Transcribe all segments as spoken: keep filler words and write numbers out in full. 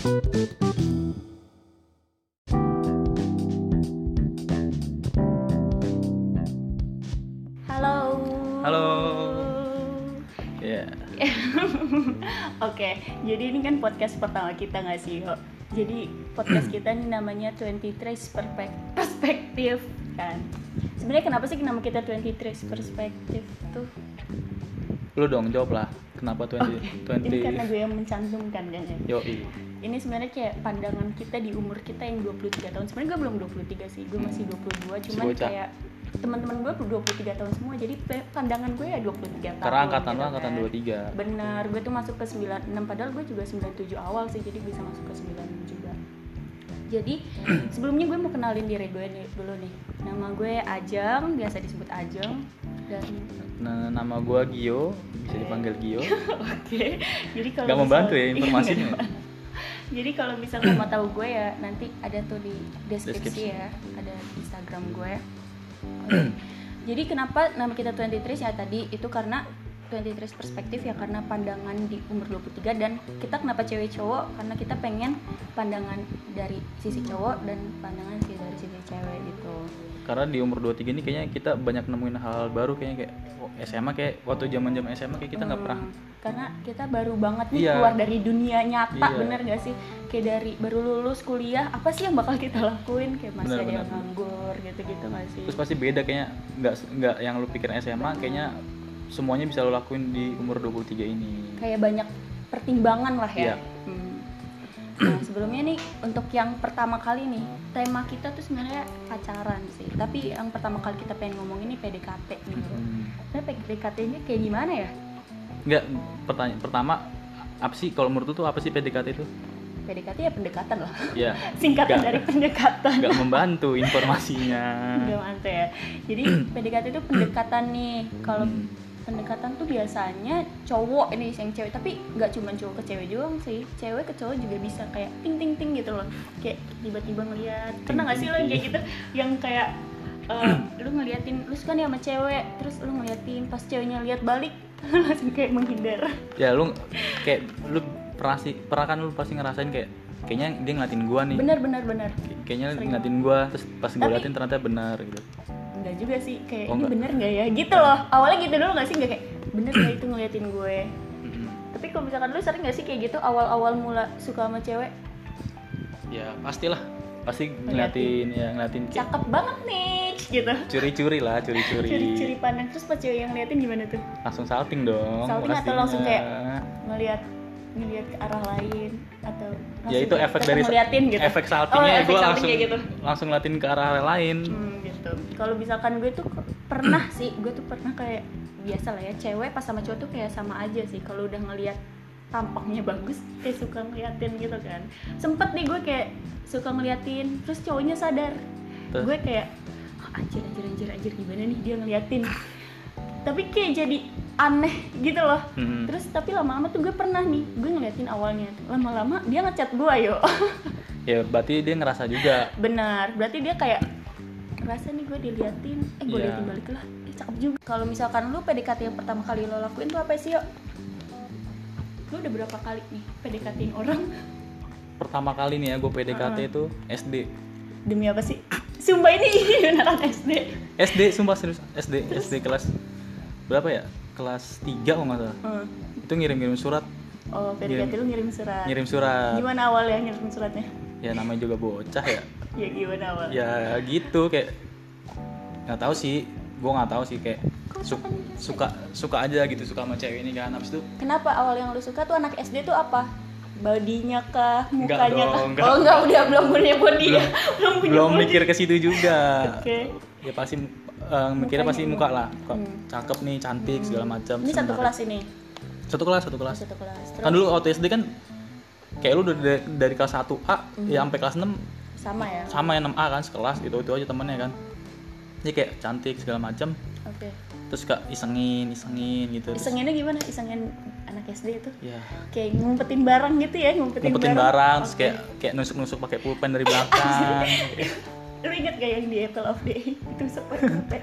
Halo. Halo. Ya. Oke, jadi ini kan podcast pertama kita nggak sih, Yo? Jadi podcast kita ini namanya twenty-three Perspective kan. Sebenarnya kenapa sih nama kita twenty-three Perspective tuh? Lu dong jawab lah. Kenapa twenty twenty? Ini karena gue yang mencantumkan kan ya. Yoi. Ini sebenarnya kayak pandangan kita di umur kita yang dua puluh tiga tahun. Sebenarnya gue belum dua puluh tiga sih, gue masih dua puluh dua. Cuman Sebocah. kayak teman-teman gue dua puluh tiga tahun semua. Jadi pandangan gue ya dua puluh tiga tahun. Karena angkatan gitu lu angkatan kan. dua puluh tiga. Benar, gue tuh masuk ke sembilan puluh enam, padahal gue juga sembilan puluh tujuh awal sih, jadi bisa masuk ke sembilan puluh enam juga. Jadi sebelumnya gue mau kenalin diri gue nih dulu nih. Nama gue Ajeng, biasa disebut Ajeng. Dan Nah, nama gua Gio, bisa dipanggil Gio. oke. Jadi kalau Gak membantu misal- ya informasinya. Jadi kalau misalnya mau tahu gue ya nanti ada tuh di deskripsi, Deskripsi. ya, ada Instagram gue. Oke. Jadi kenapa nama kita twenty-three ya tadi itu karena twenty-three perspektif ya, karena pandangan di umur dua puluh tiga. Dan kita kenapa cewek cowok, karena kita pengen pandangan dari sisi cowok dan pandangan sih dari sisi cewek gitu. Karena di umur dua puluh tiga ini kayaknya kita banyak nemuin hal baru, kayaknya kayak oh, S M A, kayak waktu zaman-zaman S M A kayak kita nggak Hmm, pernah. karena kita baru banget nih Iya. keluar dari dunia nyata. Iya. Bener gak sih, kayak dari baru lulus kuliah apa sih yang bakal kita lakuin, kayak masih Bener, ada yang bener. nganggur gitu-gitu gak sih. Terus pasti beda kayaknya, nggak nggak yang lu pikir S M A kayaknya semuanya bisa lu lakuin di umur dua puluh tiga ini. Kayak banyak pertimbangan lah ya. Iya. Hmm. Nah sebelumnya nih untuk yang pertama kali nih, tema kita tuh sebenarnya pacaran sih, tapi yang pertama kali kita pengen ngomongin ini P D K T nih bro. Hmm. Nah P D K T ini kayak gimana ya? Nggak, pertanyaan pertama apa sih kalau menurut lu tuh apa sih P D K T itu? P D K T ya pendekatan lah. Ya. Singkatan Nggak- dari pendekatan. nggak membantu informasinya. Enggak mantap ya. Jadi P D K T itu pendekatan nih. Kalau Hmm. pendekatan tuh biasanya cowok ini yang cewek, tapi nggak cuma cowok ke cewek doang sih, cewek ke cowok juga bisa kayak ting ting ting gitu loh, kayak tiba-tiba ngeliat. Pernah nggak sih lo yang kayak gitu, yang kayak eh, lu ngeliatin, lu suka nih sama cewek, terus lu ngeliatin, pas ceweknya lihat balik langsung kayak menghindar. Ya lu kayak lu pernah sih pernah kan lu pasti ngerasain kayak kayaknya dia ngeliatin gua nih. Bener bener bener. Kayaknya Sering. ngeliatin gua, terus pas gua Tapi- liatin ternyata benar gitu. Enggak juga sih, kayak Oh, ini enggak. bener nggak ya gitu loh. Awalnya gitu dulu nggak sih, nggak kayak bener nggak itu ngeliatin gue. Mm-mm. Tapi kalau misalkan lu sering nggak sih kayak gitu awal-awal mula suka sama cewek? Ya pastilah, pasti ngeliatin ya ngeliatin kayak Cakep banget nih gitu. curi-curi lah, curi-curi. Curi-curi pandang, terus pas cewek yang ngeliatin gimana tuh? Langsung salting dong. Salting atau pastinya. langsung kayak ngeliat ngeliat ke arah lain atau Ya langsung itu kayak efek tetap dari ngeliatin gitu. efek Oh, saltingnya efek gua salting langsung kayak gitu. langsung ngeliatin ke arah lain. Hmm, gitu. Kalau misalkan gue tuh pernah sih, gue tuh pernah kayak biasa lah ya, cewek pas sama cowok tuh kayak sama aja sih. Kalau udah ngeliat tampangnya bagus, kayak suka ngeliatin gitu kan. Sempet nih gue kayak suka ngeliatin, terus cowoknya sadar. Terus? Gue kayak oh, anjir anjir anjir anjir gimana nih dia ngeliatin. Tapi kayak jadi aneh gitu loh. Hmm. Terus tapi lama-lama tuh gue pernah nih, gue ngeliatin awalnya. Lama-lama dia ngechat gue yo. Ya berarti dia ngerasa juga. Benar, berarti dia kayak ngerasa nih gue diliatin, eh gue Iya. liatin balik lah, eh cakep juga. Kalau misalkan lu P D K T yang pertama kali lo lakuin tuh apa sih yo? Lu udah berapa kali nih P D K T-in orang? Pertama kali nih ya gue P D K T Uh-uh. itu S D. Demi apa sih? Sumpah ini beneran S D. S D sumpah serius, S D S D kelas berapa ya? Kelas tiga kalau nggak salah. Hmm. Itu ngirim-ngirim surat, Oh, P D K T lu ngirim surat. ngirim surat. Gimana awalnya ngirim suratnya? Ya namanya juga bocah ya. Ya gimana awalnya? Ya gitu kayak nggak tahu sih, gue nggak tahu sih kayak su- suka suka aja gitu, suka sama cewek ini kan. Habis itu Kenapa awal yang lu suka tuh anak S D tuh apa? Bodinya kah? Enggak Mukanya dong, kah? enggak. Oh enggak, udah belum punya body ya? belum punya belum body. mikir ke situ juga. Oke. Ya pasti eh, mikirnya Mukanya pasti ini. muka lah, muka Hmm. cakep nih, cantik segala macam. Ini satu sebenarnya. kelas ini. Satu kelas, satu kelas. Satu kelas. Terus Kan dulu waktu S D kan kayak lu udah dari, dari kelas satu A Mhm. ya sampai kelas enam sama ya. sama ya enam A kan sekelas gitu, itu aja temennya kan. Jadi kayak cantik segala macam. Oke. Terus suka isengin, isengin gitu. Terus- Isenginnya gimana? Isengin anak S D itu? Ya, Kayak ngumpetin barang gitu ya, ngumpetin, ngumpetin barang, terus Oke. kayak kayak nusuk-nusuk pakai pulpen dari belakang. Lu inget gak yang di Apple of Day itu sampai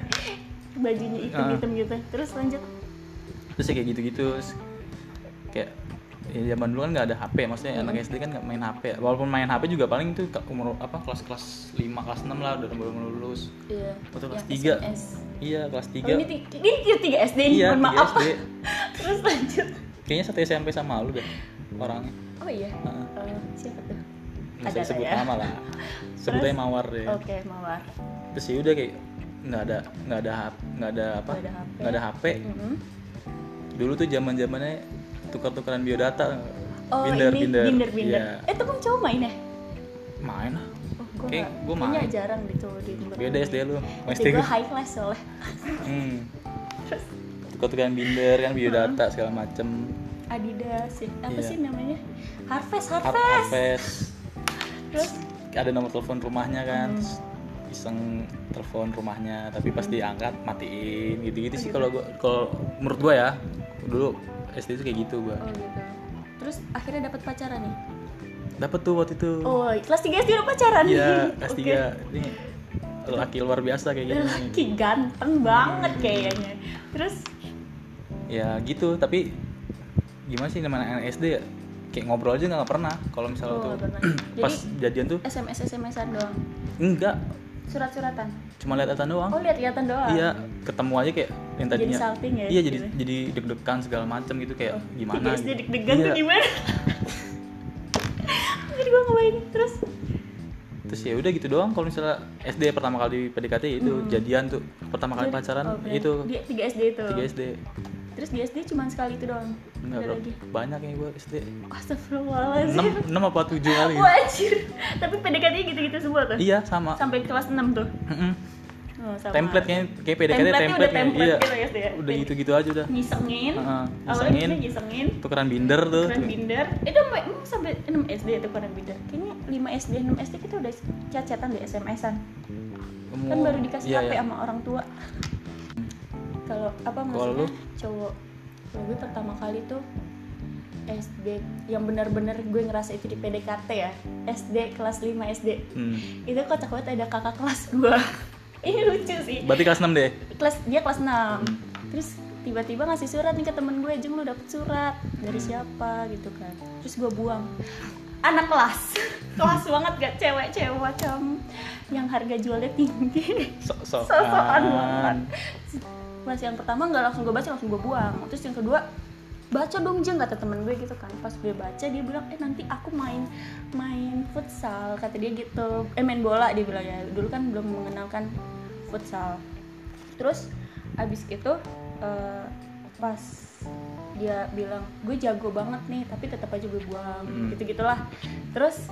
bajunya hitam-hitam gitu. Terus lanjut. Terus ya kayak gitu-gitu. Terus kayak Ya, zaman dulu kan nggak ada H P, maksudnya Hmm. anak S D kan nggak main H P. Walaupun main H P juga paling itu ke- umur apa kelas-kelas lima, kelas enam lah udah baru lulus. Iya. Atau kelas Yang tiga. S M S. Iya, kelas Oh, tiga. ini ti- ini tiga tiga S D nih, Iya, mohon tiga maaf. S D. Terus lanjut. Kayaknya satu S M P sama lu deh orangnya. Oh iya. Heeh. Eh, siapa tuh? Nggak Ada usah sebut lah ya. nama lah. Sebutnya Mawar deh. Oke, Mawar. Terus ya udah kayak nggak ada nggak ada H- nggak ada apa Nggak ada H P. nggak ada H P. Mm-mm. Dulu tuh zaman zamannya tukar-tukaran biodata. Oh, binder, ini binder. binder-binder. Iya. Eh, itu kan cowok main ya? Main lah. Oh, gua Kayak nggak- gua kayaknya main. jarang di cowok di tempat Beda gua S D main. lu. S S D D gue gua. high class soalnya. Hmm. Tukar-tukaran binder kan biodata segala macem. Adidas ya. Apa Iya. sih namanya? Harvest, Har- Harvest. Harvest. Terus Ada nomor telepon rumahnya kan. Hmm. Terus iseng telepon rumahnya, tapi pas Hmm. diangkat matiin gitu-gitu Oh, sih gitu. kalau gua kalau menurut gua ya. Dulu S D itu kayak gitu gua. oh gitu. Terus akhirnya dapat pacaran nih. Dapet tuh waktu itu. Oh, kelas tiga S D udah pacaran. Iya, kelas Oke. tiga. Ini laki luar biasa kayak gini. Laki ganteng banget kayaknya. Terus Ya gitu, tapi gimana sih namanya anak S D ya? Kayak ngobrol aja nggak pernah. Kalau misalnya oh, tuh nggak pernah. pas Jadi jadian tuh S M S S M S-an doang. enggak, Surat-suratan. cuma lihat-lihatan doang. Oh, lihat-lihatan doang. Iya, ketemu aja kayak yang Jadi tadinya. salting ya, Iya, jadi gitu. jadi deg-degan segala macam gitu kayak Oh, gimana. tiga S D gitu. deg-degan Iya. tuh gimana? Jadi gue ngebayangin terus. Terus ya udah gitu doang. Kalau misalnya S D pertama kali P D K T itu Hmm. jadian tuh pertama kali Jadi- pacaran oh, berarti itu Dia tiga S D itu. tiga S D. Terus di S D cuma sekali itu doang. Enggak Ada bro, lagi. banyak yang gue S D. Astagfirullahaladzim. enam enam apa tujuh kali. Wah, anjir. Tapi P D K T-nya gitu-gitu semua tuh. Iya sama. Sampai kelas enam tuh. Mm-mm. Oh, sama. Template kayaknya kayak P D K T Template-nya udah template template iya. gitu ya, S D ya? Udah gitu-gitu aja udah. Ngisengin. Heeh, Awalnya ngisengin. bisa ngisengin. Tukeran binder tuh. Tukeran binder. Itu emang sampai enam S D tukeran binder. Kayaknya lima S D, enam S D kita udah chat-chatan di S M S-an. Kan baru dikasih Iya, H P iya. sama orang tua. Kalau apa Kalau maksudnya lu? cowok. Kalau gue pertama kali tuh S D yang benar-benar gue ngerasa itu di P D K T ya. S D kelas lima S D. Hmm. Itu kocak banget ada kakak kelas gue. Ini lucu sih. Berarti kelas enam deh. Kelas dia kelas enam. Hmm. Terus tiba-tiba ngasih surat nih ke temen gue, "Jeng, lu dapet surat dari Hmm. siapa?" gitu kan. Terus gue buang. Anak kelas. Kelas banget gak, cewek-cewek macam yang harga jualnya tinggi. Sok-sokan. So-sokan banget. Pas yang pertama nggak langsung gue baca, langsung gue buang. Terus yang kedua, baca dong Jeng, kata temen gue gitu kan. Pas gue baca dia bilang, eh nanti aku main main futsal, kata dia gitu. Eh main bola dia bilang ya. Dulu kan belum mengenalkan futsal. Terus abis itu eh, pas dia bilang gue jago banget nih, tapi tetap aja gue buang, Hmm. gitu gitulah. Terus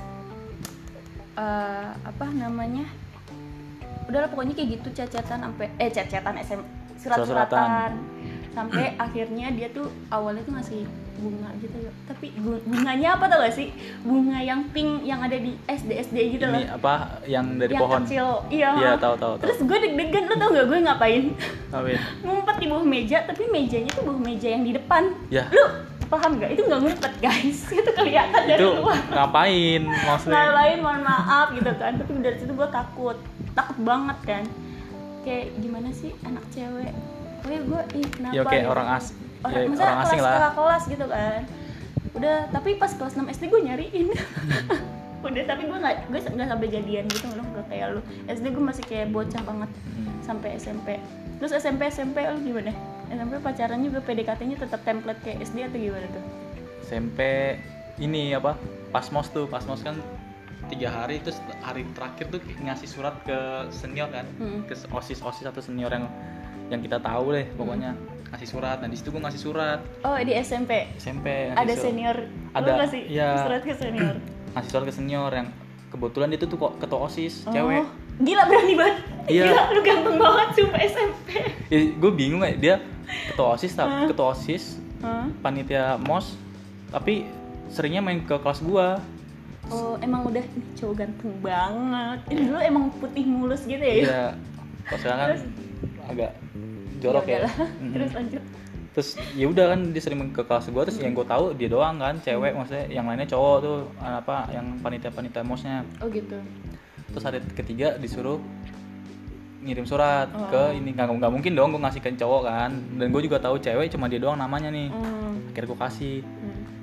eh, apa namanya? Udahlah pokoknya kayak gitu, chat-chatan sampai eh chat-chatan S M surat-suratan sampai akhirnya dia tuh awalnya tuh ngasih bunga gitu ya, tapi gu- bunganya apa tau gak sih, bunga yang pink yang ada di S D S D gitu loh, Ini apa yang dari yang pohon? kecil, iya, Iya, ha. tahu tahu tahu. Terus gue deg-degan, lo tau gak gue ngapain? Amin. Ngumpet di bawah meja, tapi mejanya tuh bawah meja yang di depan. Ya. Lu paham gak? Itu gak ngumpet guys, itu kelihatan dari Itu luar. ngapain maksudnya? Nah lain mohon maaf gitu kan, tapi dari situ gue takut, takut banget kan. Kayak gimana sih anak cewek? Pokoknya gue, ih kenapa? Ya kayak gitu. orang asing. Orang, Ya, maksudnya orang asing kelas, lah. kakak kelas gitu kan. Udah, tapi pas kelas enam S D gue nyariin. Udah, tapi gue nggak gue nggak sampai jadian gitu loh, nggak kayak lu. S D gue masih kayak bocah banget Hmm. sampai S M P. Terus S M P S M P lu gimana? S M P pacaran juga P D K T-nya tetap template kayak S D atau gimana tuh? S M P ini apa? Pasmos tuh, Pasmos kan tiga hari, terus hari terakhir tuh ngasih surat ke senior kan, Hmm. ke osis osis atau senior yang yang kita tahu deh pokoknya, ngasih surat. Nah di situ gue ngasih surat Oh di S M P S M P ngasih ada surat. senior, Ada, lu ngasih iya. surat ke senior. Ngasih surat ke senior yang kebetulan dia tuh tuh kok ketua osis Oh, cewek. gila berani banget. Iya. Gila lu ganteng banget sumpah S M P. Ya, gue bingung ya, dia ketua osis tapi Hah? ketua osis Hah? panitia mos tapi seringnya main ke kelas gua. Oh emang udah ini cowok ganteng banget. Ini dulu emang putih mulus gitu ya? Iya. Kok sekarang kan Terus? agak jorok ya. udahlah. Mm-mm. Terus lanjut. Terus ya udah kan dia sering ke kelas gua, terus yang gua tahu dia doang kan cewek, maksudnya yang lainnya cowok tuh apa yang panitia-panitia mosnya. Oh gitu. Terus hari ketiga disuruh ngirim surat Oh. ke ini, nggak nggak mungkin dong gua ngasih ke cowok kan, dan gua juga tahu cewek cuma dia doang namanya nih. Hmm. Akhirnya gua kasih. Hmm.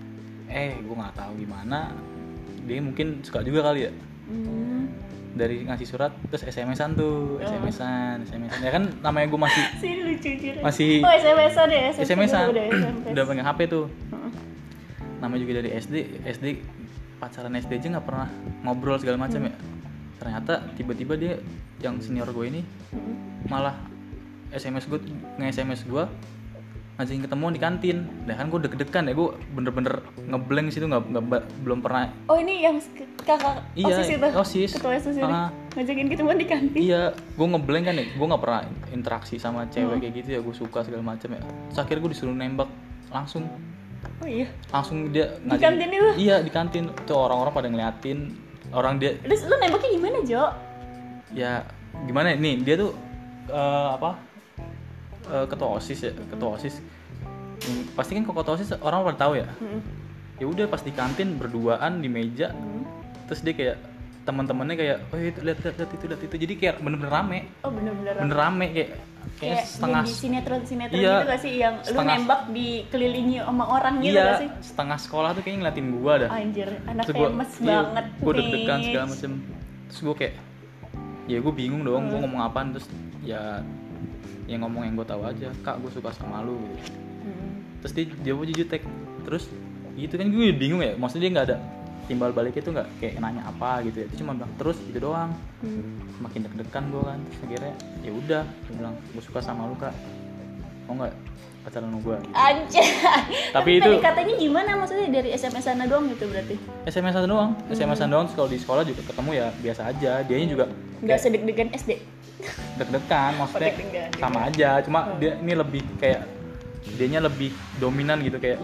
eh gue nggak tahu gimana dia mungkin suka juga kali ya. Hmm. Dari ngasih surat terus S M S-an tuh, S M S-an, S M S-an. Ya kan namanya gue masih Sih lucu juga. masih Oh, S M S-an ya, S M S-an. udah S M S. Udah pegang H P tuh. Heeh. Namanya juga dari S D, S D pacaran S D aja nggak pernah ngobrol segala macam Hmm. ya. Ternyata tiba-tiba dia yang senior gue ini Heeh. malah S M S gue, nge-S M S gue ngajakin ketemuan di kantin. Nah kan gue deg-degan ya, gue bener-bener ngeblank situ, nggak nggak ba- belum pernah. Oh, ini yang kakak Iya, OSIS itu. OSIS. Ketua OSIS ini. Ah. Ngajakin ketemuan di kantin. Iya, gue ngeblank kan ya, gue nggak pernah interaksi sama cewek Hmm. kayak gitu ya, gue suka segala macam ya. Terus akhirnya gue disuruh nembak langsung, Oh iya. langsung dia Di kantin itu? Iya di kantin, tuh orang-orang pada ngeliatin, orang dia Terus lu nembaknya gimana, Jo? ya gimana nih, dia tuh eh, apa eh, ketua OSIS ya, ketua OSIS. Hmm, pasti kan kalau ketua OSIS orang pada tahu ya. Heeh. Ya udah pas di kantin berduaan di meja, Hmm. terus dia kayak teman-temannya kayak, oh itu lihat lihat lihat itu lihat itu, jadi kayak bener-bener rame, Oh, bener-bener. bener rame kayak kayak Kayak setengah di sinetron-sinetron Iya, gitu gak sih yang lu setengah- nembak dikelilingi sama orang gitu iya, gak sih? setengah sekolah tuh kayaknya ngeliatin gua dah. Anjir, anak Terus gua, famous iya, banget. gua deg-degan nih. segala macem. Terus gua kayak, ya gua bingung dong, Hmm. gua ngomong apaan. Terus ya yang ngomong yang gua tahu aja, kak gua suka sama lu gitu. Hmm. Terus dia jawab aja jutek, terus gitu kan gue bingung ya, maksudnya dia nggak ada timbal baliknya tuh, nggak kayak nanya apa gitu ya, dia cuma bilang terus gitu doang. Hmm. Makin deg-degan gue kan, terus akhirnya ya udah gue bilang gue suka sama lu kak, mau nggak pacaran sama gue gitu. Anjir. Tapi itu- P D K T-nya gimana, maksudnya dari S M S-an doang gitu berarti? S M S-an doang, Hmm. S M S-an doang. Terus kalau di sekolah juga ketemu ya biasa aja, dianya juga Enggak sedeg-degan S D. deg-degan, maksudnya Oh, deg-degan, sama aja, cuma dia ini lebih kayak dianya lebih dominan gitu, kayak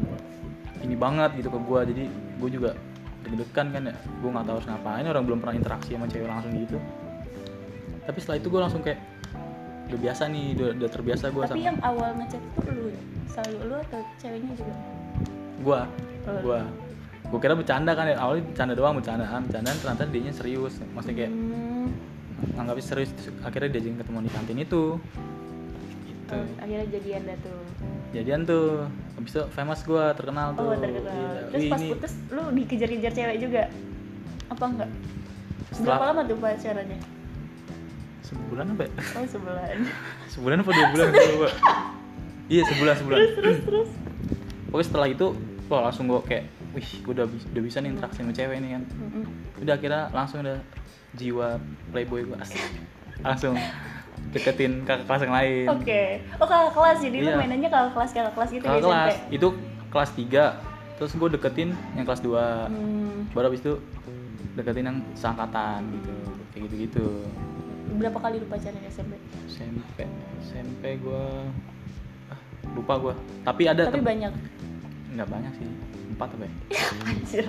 ini banget gitu ke gue, jadi gue juga deg-degan kan ya, gue nggak tahu harus ngapain, orang belum pernah interaksi sama cewek langsung gitu. Tapi setelah itu gue langsung kayak udah biasa nih, udah, udah terbiasa gue Tapi sama yang awal ngechat tuh lu, selalu lu atau ceweknya juga? gue, Oh. gue gue kira bercanda kan ya, awalnya bercanda doang, bercandaan, bercandaan ternyata dianya serius, maksudnya kayak Hmm. nganggapnya serius. Terus akhirnya diajakin ketemu di kantin itu gitu. Oh, akhirnya jadian dah tuh. Jadian tuh, habis itu famous gue, terkenal tuh. Oh, terkenal. Iya. Terus Wih, pas ini putus lu dikejar-kejar cewek juga? Apa enggak? Setelah- Berapa lama tuh pacarannya? sebulan apa ya? Oh, sebulan. Sebulan apa dua bulan gue lupa. Iya sebulan sebulan. Terus terus terus. Pokoknya setelah itu, wah langsung gue kayak, wih gue udah, bis- udah bisa nih interaksi sama cewek nih kan. Mm-mm. Udah akhirnya langsung udah jiwa playboy gue asik. Langsung deketin kakak kelas yang lain. Oke. Oh, kakak kelas, jadi lu Iya. mainannya kakak kelas kakak kelas gitu Kakak ya kelas S M P? itu kelas tiga, terus gue deketin yang kelas dua. Hmm. Baru habis itu deketin yang seangkatan gitu, kayak gitu-gitu. Berapa kali lu pacaran S M P? S M P, S M P gue ah, lupa gue. Tapi ada Tapi tem- banyak. nggak banyak sih, empat apa ya? Anjir.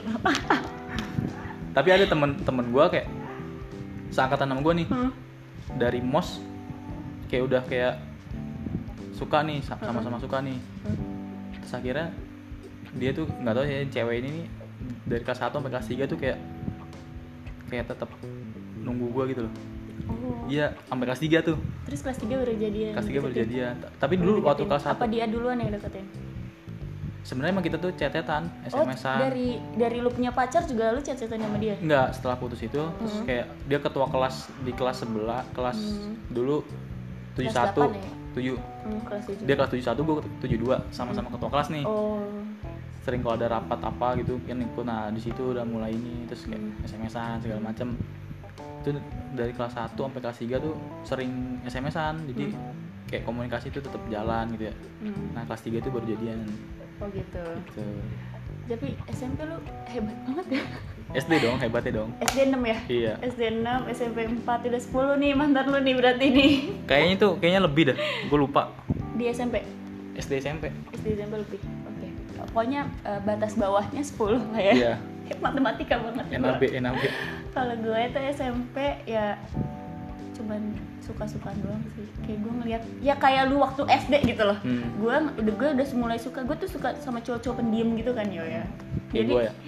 Tapi ada temen-temen gue kayak seangkatan sama gue nih, Hmm. dari mos kayak udah kayak suka nih, sa- sama-sama suka nih. Hmm. Terus akhirnya dia tuh nggak tahu ya, cewek ini nih dari kelas satu sampai kelas tiga tuh kayak kayak tetap nunggu gue gitu loh. Oh. Iya, sampai kelas tiga tuh. Terus kelas tiga baru jadian. Kelas tiga baru deketin? jadian. Ta- Tapi dulu Baru waktu deketin. kelas satu Apa dia duluan yang deketin? sebenarnya emang kita tuh chat-chatan, S Oh, M S-an. dari dari lu punya pacar juga lu chat-chatan sama dia? Enggak, setelah putus itu terus Hmm. kayak dia ketua kelas di kelas sebelah, kelas Hmm. dulu tujuh Kelas satu, delapan ya? tujuh. Hmm, kelas tujuh. Dia kelas tujuh satu, gue tujuh dua, sama-sama ketua kelas nih. Oh. Sering kalau ada rapat apa gitu kan ikut, nah di situ udah mulai ini, terus kayak Hmm. S M S-an segala macam. Itu dari kelas satu sampai kelas tiga tuh sering S M S-an, jadi Hmm. kayak komunikasi itu tetap jalan gitu ya. Hmm. Nah kelas tiga itu baru jadian Oh gitu. gitu. Tapi S M P lu hebat banget ya. S D dong, hebatnya dong. S D enam ya? Iya. S D enam, S M P empat, udah sepuluh nih mantan lu nih berarti nih. Kayaknya tuh kayaknya lebih dah, gue lupa. Di S M P? S D S M P. S D S M P lebih. Oke. Pokoknya eh, batas bawahnya sepuluh lah ya. Iya. Matematika banget N A B, gua. N A B. Kalau gue itu S M P ya cuman suka-sukaan doang sih. Kayak gue ngeliat ya kayak lu waktu S D gitu loh. Hmm. Gue udah gue udah mulai suka. Gue tuh suka sama cowok-cowok pendiam gitu kan yo ya. Kayak gue ya.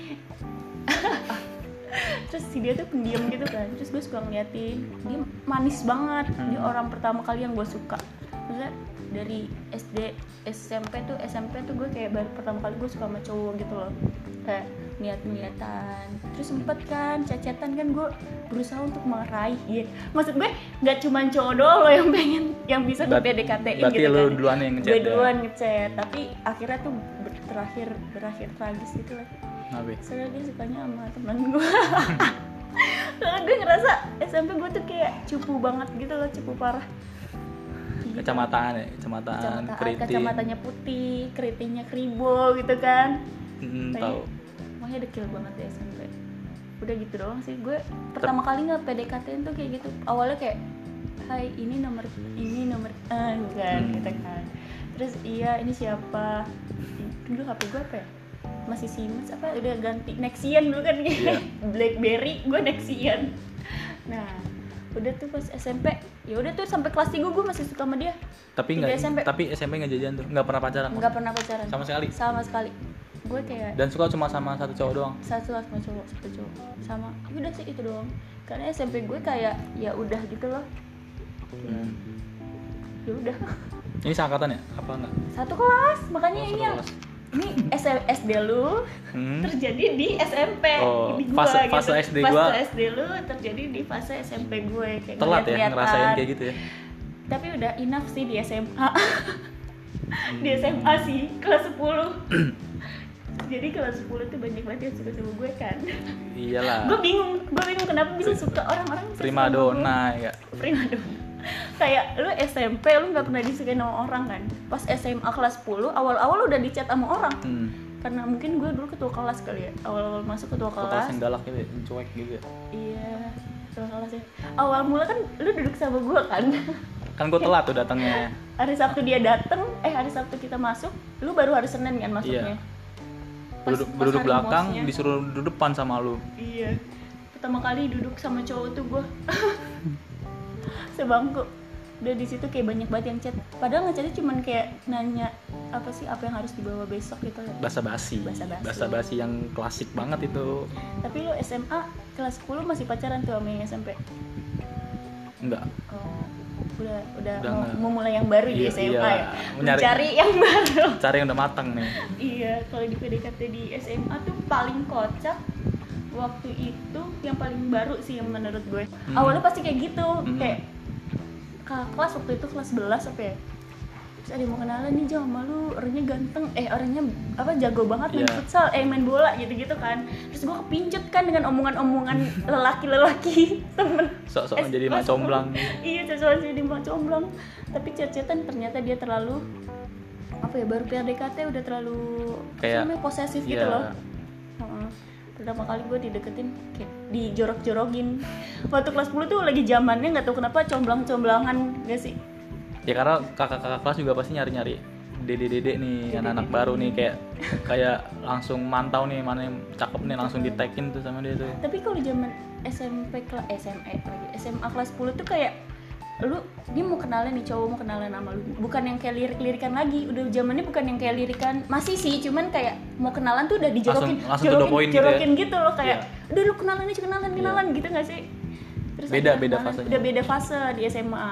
Terus si dia tuh pendiam gitu kan. Terus gue suka ngeliatin dia manis banget. Hmm. Dia orang pertama kali yang gue suka. Maksudnya dari S D, S M P tuh S M P tuh gue kayak baru pertama kali gue suka sama cowok gitu loh, kayak niat-niatan. Terus sempet kan cecetan kan, gue berusaha untuk meraih ya. Maksud gue nggak cuma cowok doang loh yang pengen, yang bisa gue Ber- P D K T-in berarti gitu lu kan. duluan yang ngechat Gue ya? duluan ngechat, tapi akhirnya tuh ber- terakhir berakhir tragis gitu lah. Nabi. Soalnya dia sukanya sama temen gue. Soalnya gue ngerasa S M P gue tuh kayak cupu banget gitu loh, cupu parah. Kecamataan ya, kecamataan, Kacamataan, keriting. kacamatanya putih, keritingnya kribo gitu kan. Hmm, Makanya- tahu. Makanya dekil banget ya S M P. Udah gitu doang sih. Gue pertama kali nggak P D K T-in tuh kayak gitu. Awalnya kayak, hai ini nomor ini nomor ah kan Hmm. gitu kan. Terus iya ini siapa? Dulu H P gue apa ya? Masih Siemens apa udah ganti Nexian dulu kan gitu. Iya. BlackBerry, gue Nexian. Nah, udah tuh pas S M P, ya udah tuh sampai kelas tiga gue masih suka sama dia. Tapi Tiga nggak, S M P. tapi S M P nggak jadian tuh, nggak pernah pacaran. Nggak pernah pacaran. Sama sekali. Sama sekali. Gue kayak Dan suka cuma sama satu cowok doang. satu sama cowok, satu cowok. Sama. Ya udah sih itu doang. Karena S M P gue kayak ya udah gitu loh. Hmm. Ya udah. Ini seangkatan ya? Apa enggak? Satu kelas, makanya Oh, ini satu yang kelas. ini S S D lu Hmm. terjadi di S M P. Oh, di gua, fase- gitu. fase S D gua- Fase S D lu terjadi di fase S M P gue kayak Telat ya ngeliat-ngeliatan. ngerasain kayak gitu ya. Tapi udah enough sih di S M A. Di S M A sih kelas sepuluh. Jadi kelas sepuluh tuh banyak banget yang suka sama gue kan. Iyalah. Gue bingung, gue bingung kenapa bisa suka orang-orang bisa Prima suka sama donna ya. gue. Prima donna. Kayak lu S M P lu nggak pernah disukain sama orang kan. Pas S M A kelas sepuluh awal-awal udah dicat sama orang. Hmm. Karena mungkin gue dulu ketua kelas kali ya. Awal-awal masuk ketua Kelas kelas. yang galak gitu ya, yang cuek gitu ya. Iya, ketua kelas ya. Awal mula kan lu duduk sama gue kan. Kan gue telat tuh datangnya. Hari Sabtu dia dateng, eh hari Sabtu kita masuk, lu baru hari Senin kan masuknya. Iya. Pas- Duduk, pas duduk hari belakang, mosnya. disuruh duduk depan sama lu. Iya. Pertama kali duduk sama cowok tuh gue sebangku. Udah di situ kayak banyak banget yang chat. Padahal ngechatnya cuman kayak nanya apa sih apa yang harus dibawa besok gitu ya. Basa-basi. Basa-basi. Basa-basi yang klasik banget itu. Tapi lu S M A kelas sepuluh masih pacaran tuh sama yang S M P? Enggak. Oh, udah udah, Udah mau, nggak. mau mulai yang baru di Iya, S M A iya. ya. Mencari- Mencari yang baru. Cari yang udah matang nih. Iya, kalau di P D K T di S M A tuh paling kocak waktu itu yang paling baru sih yang menurut gue. Hmm. Awalnya pasti kayak gitu, Hmm. kayak kakak kelas waktu itu kelas sebelas apa ya. Terus ada yang mau kenalan nih, Jam, sama lu orangnya ganteng, eh orangnya apa jago banget main Iya. futsal, eh main bola gitu-gitu kan. Terus gue kepincut kan dengan omongan-omongan lelaki-lelaki temen. Sok-sok Eh, jadi kelas mak comblang. sepuluh. Iya, sok-sok jadi mak comblang. Tapi chat-chatan ternyata dia terlalu apa ya, baru P D K T udah terlalu apa Kayak- sih namanya, posesif gitu Iya. loh. Heeh. Pertama kali gue dideketin kayak dijorok-jorokin. Waktu kelas sepuluh tuh lagi zamannya nggak tahu kenapa comblang-comblangan gak sih? Ya karena kakak-kakak kelas juga pasti nyari-nyari dede-dede nih, Dede-dede. anak-anak baru nih, kayak kayak langsung mantau nih mana yang cakep nih, langsung di tagin tuh sama dia tuh. Tapi kalau zaman S M P kelas S M E lagi S M A kelas sepuluh tuh kayak lu dia mau kenalan nih, cowok mau kenalan sama lu, bukan yang kayak lirik-lirikan lagi. Udah zamannya bukan yang kayak lirikan, masih sih, cuman kayak mau kenalan tuh udah dijorokin, Langsung- langsung to the jorokin, point gitu ya? jorokin gitu loh, kayak Iya. udah lu kenalan aja, kenalan kenalan gitu nggak sih? Terus Beda- akhirnya beda kenalan, fasenya. udah beda fase di S M A.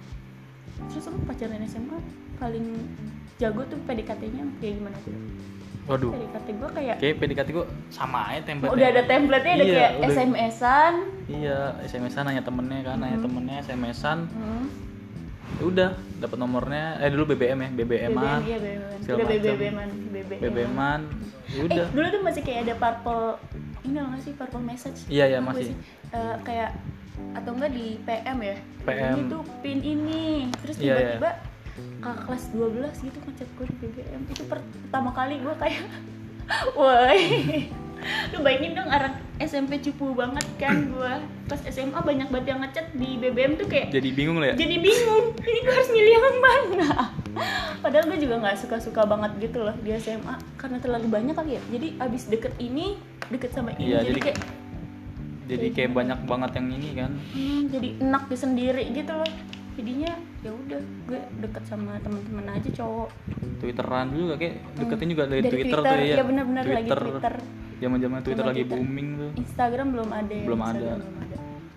Terus lu pacaran S M A paling jago tuh P D K T-nya kayak gimana tuh? Waduh. P D K T gue kayak Kayak P D K T gue sama aja template. udah ada template-nya, udah Iya, kayak udah. S M S-an. Iya, S M S-an nanya temennya kan, nanya Hmm. temennya S M S-an. Hmm. Ya udah, dapat nomornya. Eh dulu B B M ya, B B M-an. B B M, iya B B M. segala Udah macam. B B M-an, B B M. B B M-an. Ya udah. Eh, dulu tuh masih kayak ada purple, ini loh nggak sih, purple message? Iya, iya, Tau nggak masih. sih? Eh, kayak atau enggak di P M ya? P M. Ini tuh pin ini. Terus Iya, tiba-tiba kakak kelas dua belas gitu ngechat gue di B B M. Itu per- pertama kali gue kayak woi. Lu bayangin dong, anak S M P cupu banget kan gue. Pas S M A banyak banget yang ngechat di B B M tuh kayak Jadi bingung lah ya. jadi bingung, ini gue harus milih yang mana. Padahal gue juga nggak suka-suka banget gitu loh di S M A karena terlalu banyak kali ya. Jadi abis deket ini deket sama ini, Iya, jadi, jadi- kayak Jadi kayak banyak banget yang ini kan. hmm, jadi enak di sendiri gitu loh. Jadinya ya udah gue deket sama teman-teman aja cowok. Twitteran juga kayak deketin juga dari, Dari Twitter, Twitter, tuh ya. ya benar-benar lagi Twitter. Zaman-zaman Twitter Zaman lagi Twitter. booming tuh. Instagram belum ada ya. Belum Instagram ada. belum ada.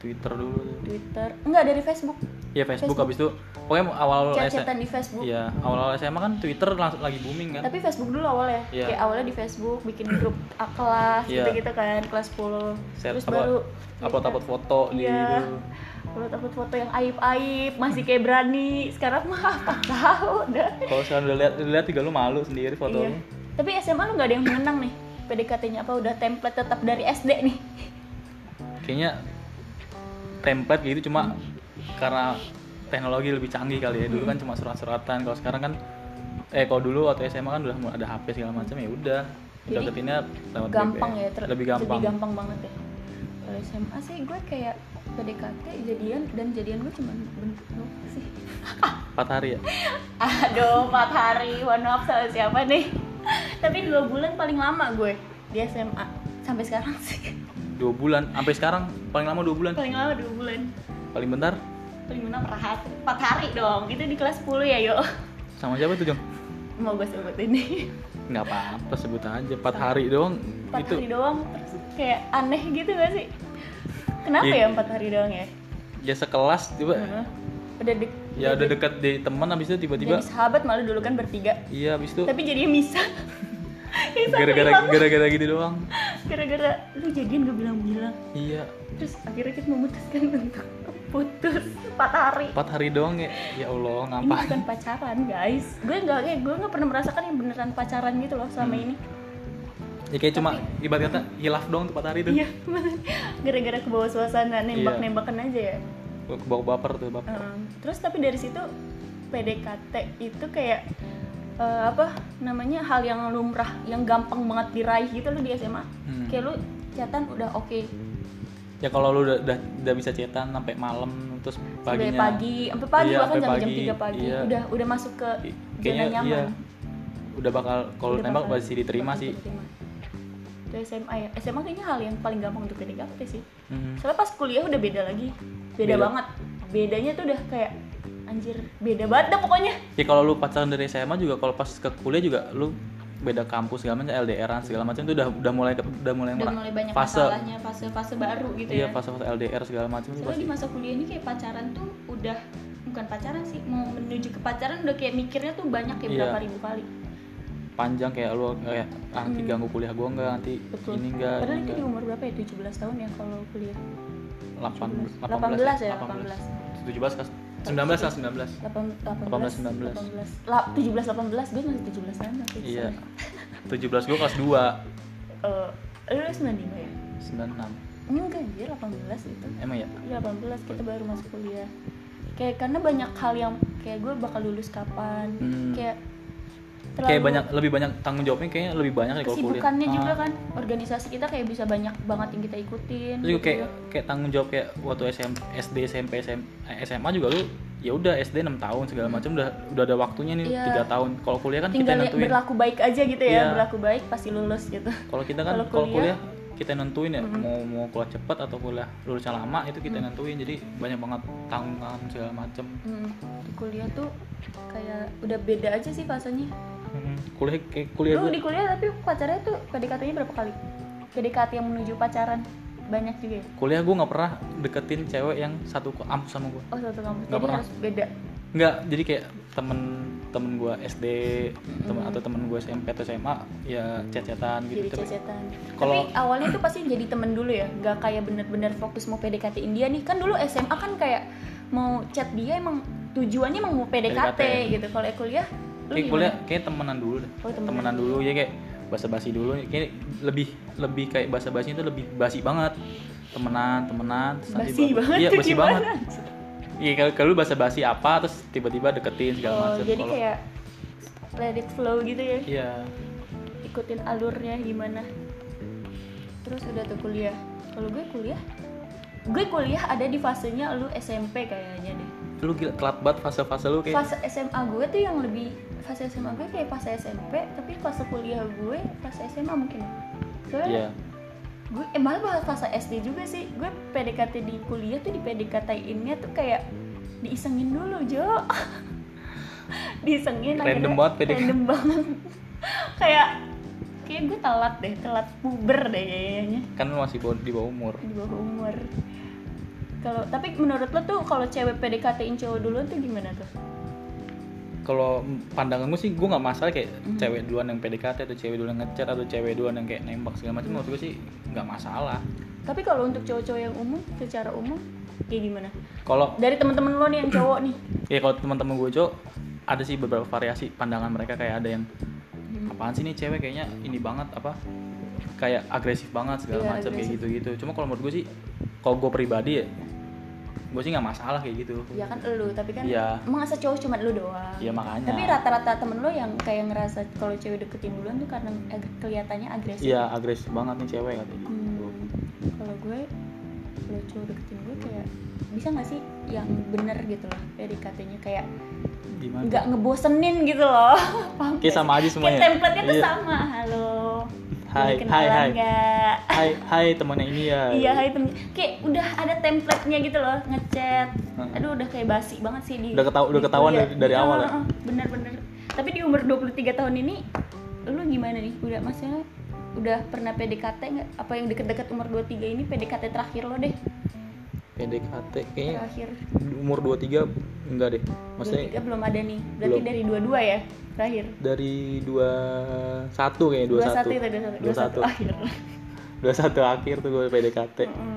Twitter dulu. Twitter enggak, dari Facebook. Ya Facebook, habis itu pokoknya awal chat-chatan di Facebook. Iya, awal-awal S M A kan Twitter langsung lagi booming kan. Tapi Facebook dulu awalnya. Yeah. Kayak awalnya di Facebook bikin grup kelas Yeah. gitu-gitu kan, kelas sepuluh. Set, Terus apa, baru upload-upload foto di Iya. itu. Upload-upload foto yang aib-aib, masih kayak berani. Sekarang mah apa tahu dah. Kalau sekarang udah lihat lihat juga lu malu sendiri foto Iya. lu. Tapi S M A lu enggak ada yang mengenang nih. P D K T-nya apa udah template tetap dari S D nih. Kayaknya template gitu cuma karena teknologi lebih canggih kali ya. Dulu kan cuma surat-suratan. Kalau sekarang kan eh kalau dulu waktu S M A kan udah ada H P segala macam, ya udah. Jadi, deketinnya lewat gampang B B M. ya, ter- lebih gampang. lebih gampang banget ya. Kalau S M A sih gue kayak P D K T jadian, dan jadian gue cuma bentuk sih. empat hari ya. Aduh, empat hari, mohon maaf sama siapa nih. Tapi dua bulan paling lama gue di S M A sampai sekarang sih. Dua bulan sampai sekarang paling lama dua bulan. Paling lama dua bulan. Paling bentar Paling lama perhat empat hari dong. Itu di kelas sepuluh ya, yuk. sama siapa tuh, Jom? Mau gue sebut ini. Nggak apa-apa, sebut aja. empat hari doang. empat Itu hari doang, terus kayak aneh gitu gak sih? Kenapa Iya. ya empat hari doang ya? ya sekelas tiba. Heeh. Udah de- Ya udah dekat di teman, habis itu tiba-tiba jadi sahabat malah dulu kan bertiga. iya, habis itu Tapi jadinya misah. Yang satu gara-gara hilang. gara-gara gitu doang. Gara-gara lu jadian gak bilang-bilang. Iya, Terus akhirnya kita memutuskan untuk putus empat hari. empat hari doang ya. Ya Allah, Ini ngapain? bukan pacaran, guys. Gue nggak kayak gue nggak pernah merasakan yang beneran pacaran gitu loh selama Hmm. ini. Ya kayak cuma ibarat kata hilaf doang tuh empat hari tuh. Iya, gara-gara ke bawah suasana nembak-nembakan aja ya. Ke bawah baper tuh, baper. Um, terus tapi dari situ P D K T itu kayak eh, apa namanya, hal yang lumrah, yang gampang banget diraih gitu loh di S M A. Hmm. Kayak lu chatan udah oke. Ya kalau lu udah, udah udah bisa chatan sampai malam, terus Sampai paginya pagi, sampai pagi Iya, bahkan sampai sampai jam pagi, tiga pagi. iya. Udah udah masuk ke i- zona kayaknya nyaman. iya. Udah bakal kalau Udah nembak bakal- pasti diterima bakal sih. diterima. Itu S M A ya. S M A kayaknya hal yang paling gampang untuk P D K T sih. Hmm. Soalnya pas kuliah udah beda lagi. Beda, Beda. banget. Bedanya tuh udah kayak anjir, beda banget dah pokoknya. Ya kalau lu pacaran dari S M A juga, kalau pas ke kuliah juga lu beda kampus segala macam, L D R-an segala macam itu udah udah mulai ke- udah mulai Udah mera- mulai banyak fase masalahnya, fase-fase baru gitu iya ya. fase-fase L D R segala macam itu Soalnya pasti di masa kuliah ini kayak pacaran tuh udah bukan pacaran sih, mau menuju ke pacaran udah kayak mikirnya tuh banyak ya, Iya. berapa ribu kali. panjang, kayak lu kayak ah, nanti Hmm. ganggu kuliah gua enggak, nanti Betul. ini enggak, Padahal ini itu di enggak. umur berapa ya? tujuh belas tahun ya kalau kuliah. delapan delapan belas ya, delapan belas. tujuh belas kan sembilan belas lah, sembilan belas delapan belas, delapan belas, sembilan belas. delapan belas. La- tujuh belas delapan belas, gue masih tujuh belas an waktu itu. Iya. tujuh belas gua kelas dua. Eh, lu sembilan puluh lima ya? sembilan puluh enam. Enggak, dia delapan belas itu. Emang ya? Iya, delapan belas kita baru masuk kuliah. Kayak karena banyak hal yang kayak gue bakal lulus kapan. Hmm. Kayak Kayak banyak, lebih banyak tanggung jawabnya kayaknya lebih banyak ya kalau kuliah. kesibukannya juga Ah. kan. Organisasi kita kayak bisa banyak banget yang kita ikutin. Terus juga gitu. kayak kayak tanggung jawab kayak waktu S M, S D, S M P, S M, eh, S M A juga lu ya udah S D enam tahun segala macam udah udah ada waktunya nih Iya. tiga tahun. Kalau kuliah kan tinggal kita nentuin. berlaku baik aja gitu ya, Iya. berlaku baik pasti lulus gitu. Kalau kita kan Kalau kalau kuliah, kuliah, kita nentuin ya Mm-mm. mau mau kuliah cepat atau kuliah lulusnya lama itu kita Mm. nentuin. Jadi banyak banget tanggungan segala macam. Hmm, di kuliah tuh kayak udah beda aja sih fasenya. Hmm. Kuliah kayak kuliah Lu gua- di kuliah tapi pacarnya tuh P D K T-nya berapa kali? P D K T yang menuju pacaran banyak juga ya? kuliah gue nggak pernah deketin cewek yang satu kampus sama gue. Oh, satu kampus. Nggak Jadi pernah. harus beda. Nggak, jadi kayak temen temen gue S D temen, Mm. atau temen gue S M P atau S M A ya chat-chatan gitu. Jadi Tapi cecetan. kalau- Tapi awalnya tuh pasti jadi temen dulu ya, gak kayak bener-bener fokus mau P D K T-in dia nih. Kan dulu S M A kan kayak mau chat dia emang tujuannya emang mau P D K T, P D K T. gitu. Kalau kuliah, lu kayak gimana? kuliah kayak temenan dulu deh. Oh, temenan temenan dulu ya, kayak basa-basi dulu. Kayak lebih lebih kayak basa-basinya itu lebih basi banget. Temenan, temenan terus nanti Basi baru- banget Iya, tuh basi gimana? banget. Iya, kalau kalau lu basa-basi apa terus tiba-tiba deketin segala Oh, macam. jadi Kalau- kayak let it flow gitu ya. iya. Ikutin alurnya gimana. Terus udah tuh kuliah. Kalau gue kuliah, gue kuliah ada di fasenya lu S M P kayaknya deh. Lu gila telat banget fase-fase lu kayak Fase S M A gue tuh yang lebih, fase S M A gue kayak fase S M P, tapi fase kuliah gue fase S M A mungkin. Soalnya iya. gue eh malah bahas fase S D juga sih. Gue P D K T di kuliah tuh di P D K T-innya tuh kayak diisengin dulu, Jo. Diisengin Random akhirnya- banget P D K T. Random banget. Kayak kayak gue telat deh, telat puber deh kayaknya Kan lu masih bawa- di bawah umur. di bawah umur. Kalau tapi menurut lo tuh kalau cewek P D K T-in cowok duluan tuh gimana tuh? Kalau pandangan gue sih, gue nggak masalah kayak Mm-hmm. cewek duluan yang P D K T atau cewek duluan ngechat atau cewek duluan yang kayak nembak segala macam. Menurut gue sih nggak masalah. Tapi kalau untuk cowok-cowok yang umum, secara umum kayak gimana? Kalau Dari teman-teman lo nih yang cowok nih. ya kalau teman-teman gue cowok ada sih beberapa variasi pandangan mereka, kayak ada yang Hmm. apaan sih nih cewek kayaknya ini banget apa kayak agresif banget segala Iya, macam kayak agresif. gitu-gitu. Cuma kalau menurut gue sih, kalau gue pribadi ya, gue sih nggak masalah kayak gitu. Ya kan elu, tapi kan Iya. emang asa cowok cuma lu doang. Iya, makanya. Tapi rata-rata temen lo yang kayak ngerasa kalau cewek deketin duluan tuh karena ag- kelihatannya agresif. Iya, agresif banget nih cewek katanya. Hmm, kalau gue, kalau cowok deketin gue kayak bisa nggak sih yang bener gitu loh P D K T-nya kayak Gimana? nggak ngebosenin gitu loh. Paham Kayak nggak sama sih? aja semuanya. Kayak template-nya tuh Iya. sama. Halo. Hai, Boleh hai, kenalan hai. nggak? Hai, hai temannya ini ya. Iya, hai temen. Kayak udah ada template-nya gitu loh, ngechat. Heeh. Aduh, udah kayak basi banget sih di. Udah ketau- udah di ketahuan kuliah. dari- dari Iya, awal ya? heeh, Bener-bener. Tapi di umur dua puluh tiga tahun ini, lu gimana nih? Udah maksudnya udah pernah P D K T nggak? Apa yang deket-deket umur dua puluh tiga ini P D K T terakhir lo deh? P D K T kayaknya Terakhir. umur dua puluh tiga enggak deh. dua puluh tiga Maksudnya belum ada nih. Berarti belum. dari dua puluh dua ya terakhir. dari dua puluh satu kayaknya dua dua puluh puluh satu satu. itu dua puluh satu akhir. dua puluh satu akhir tuh gue P D K T. Heeh.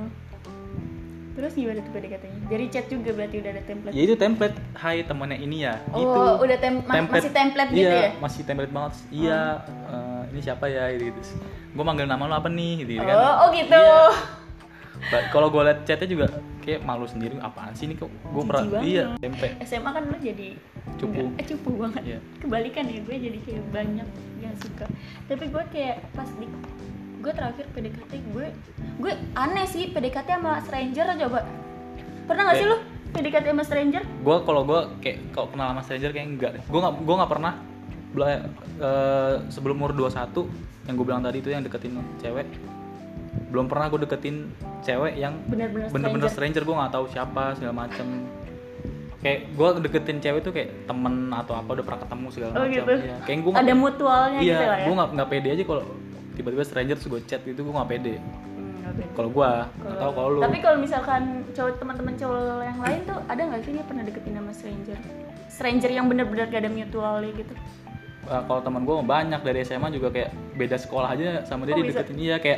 Terus gimana tuh P D K T-nya? Dari chat juga berarti udah ada template. Ya itu template, hai temannya ini ya. Oh, gitu. udah tem- ma- masih template gitu iya, ya? masih template banget. Iya, eh, ini siapa ya gitu. gitu. Gue manggil nama lo apa nih gitu Oh, kan. oh gitu. Iya. Ba- Kalau gue liat chatnya juga kayak malu sendiri, apaan sih ini kok gue Jijik pernah banget. iya tempe. S M A kan lo jadi Cupu. enggak, eh, cupu banget. Iya. Kebalikan ya, gue jadi kayak banyak yang suka. Tapi gue kayak pas di gue terakhir P D K T gue gue aneh sih P D K T sama stranger coba. Pernah nggak sih Kayak- lo P D K T sama stranger? Gue kalau gue kayak kalau kenal sama stranger kayak enggak deh. Gue nggak gue nggak pernah bela- eh, sebelum umur dua puluh satu yang gue bilang tadi itu yang deketin cewek. Belum pernah gue deketin cewek yang Bener-bener bener-bener stranger. stranger, gue nggak tahu siapa segala macem. Kayak gue deketin cewek tuh kayak temen atau apa, udah pernah ketemu segala Oh, macam. gitu. Iya. Kayak gue Ada mutualnya iya, gitu lah ya. gue nggak nggak pede aja kalau tiba-tiba stranger terus gue chat gitu, gue nggak pede. Hmm, nggak beda. Kalau gue nggak tahu kalau lu. Tapi kalau misalkan cowok teman-teman cowok yang lain tuh ada nggak sih dia pernah deketin sama stranger? Stranger yang bener-bener gak ada mutualnya gitu. Uh, kalau teman gue banyak dari S M A juga kayak beda sekolah aja sama dia Oh, dideketin. Iya, kayak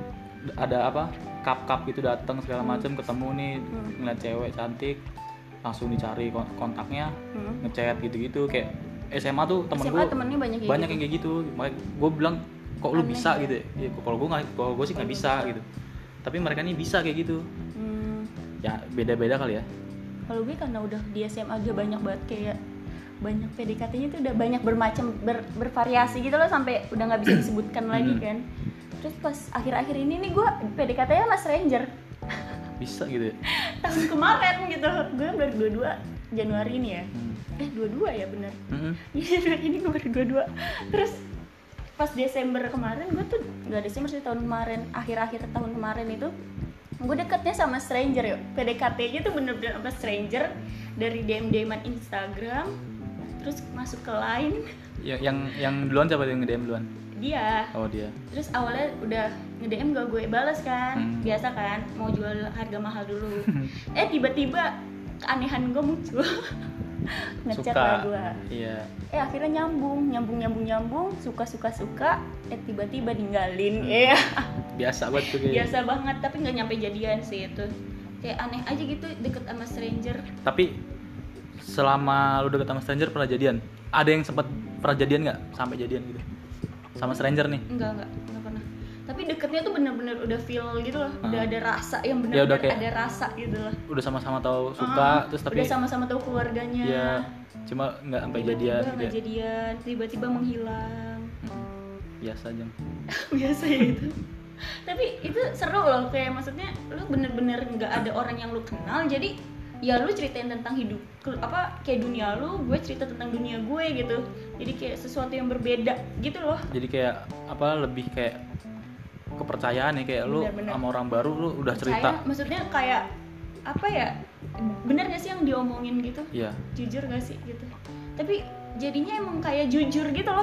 ada apa cup-cup gitu datang segala Hmm. macam, ketemu nih ngeliat cewek cantik langsung dicari kon- kontaknya, Hmm. ngechat gitu-gitu. Kayak S M A tuh temen S M A gue temennya banyak kayak banyak gitu. yang kayak gitu. Makanya gue bilang kok lu Aneh bisa ya? gitu ya. Iya, kalau gue nggak, kalau gue sih nggak bisa gitu. Tapi mereka nih bisa kayak gitu. Hmm. Ya beda-beda kali ya. Kalau gue karena udah di S M A aja banyak banget kayak banyak P D K T-nya tuh udah banyak bermacam ber, bervariasi gitu loh sampai udah nggak bisa disebutkan lagi Hmm. kan. Terus pas akhir-akhir ini nih gue P D K T-nya sama stranger Bisa gitu ya. tahun kemarin gitu. Gue baru dua puluh dua Januari ini ya. Hmm. Eh dua puluh dua ya bener. Mm-mm. Iya Januari ini gue baru dua puluh dua. Terus pas Desember kemarin gue tuh nggak Desember sih tahun kemarin akhir-akhir tahun kemarin itu gue deketnya sama stranger yuk. P D K T-nya tuh bener-bener sama stranger dari D M D M-an Instagram terus masuk ke Line Ya, yang yang duluan siapa yang nge-D M duluan? dia. Oh dia. Terus awalnya udah nge-D M gak gue balas kan, Hmm. biasa kan mau jual harga mahal dulu. Eh tiba-tiba keanehan gue muncul. Ngechat lah gue. Iya. Eh akhirnya nyambung, nyambung, nyambung, nyambung, suka, suka, suka. Eh tiba-tiba ninggalin. Hmm. Iya. Biasa banget tuh kayak. Biasa banget, tapi nggak nyampe jadian sih itu. Kayak aneh aja gitu deket sama stranger. Tapi selama lu deket sama stranger pernah jadian? Ada yang sempat pernah jadian nggak sampai jadian gitu? Sama stranger nih? Enggak, enggak, enggak pernah. Tapi deketnya tuh bener-bener udah feel gitu loh, udah Ah. ada rasa yang Ya, udah bener-bener kayak- ada rasa gitu loh. Udah sama-sama tahu suka, Ah, terus tapi udah sama-sama tahu keluarganya. ya cuma nggak sampai Tiba-tiba jadian gitu. nggak ya. jadian, tiba-tiba menghilang. Hmm, Biasa aja. Biasa ya itu. Tapi itu seru loh, kayak maksudnya lu bener-bener nggak ada orang yang lu kenal, jadi ya lu ceritain tentang hidup ke- apa kayak dunia lu, gue cerita tentang dunia gue gitu. Jadi kayak sesuatu yang berbeda gitu loh. Jadi kayak apa lebih kayak kepercayaan ya, kayak lu Bener-bener. sama orang baru lu udah Percaya, cerita. maksudnya kayak apa ya, bener gak sih yang diomongin gitu, Iya. jujur gak sih gitu. Tapi jadinya emang kayak jujur gitu loh.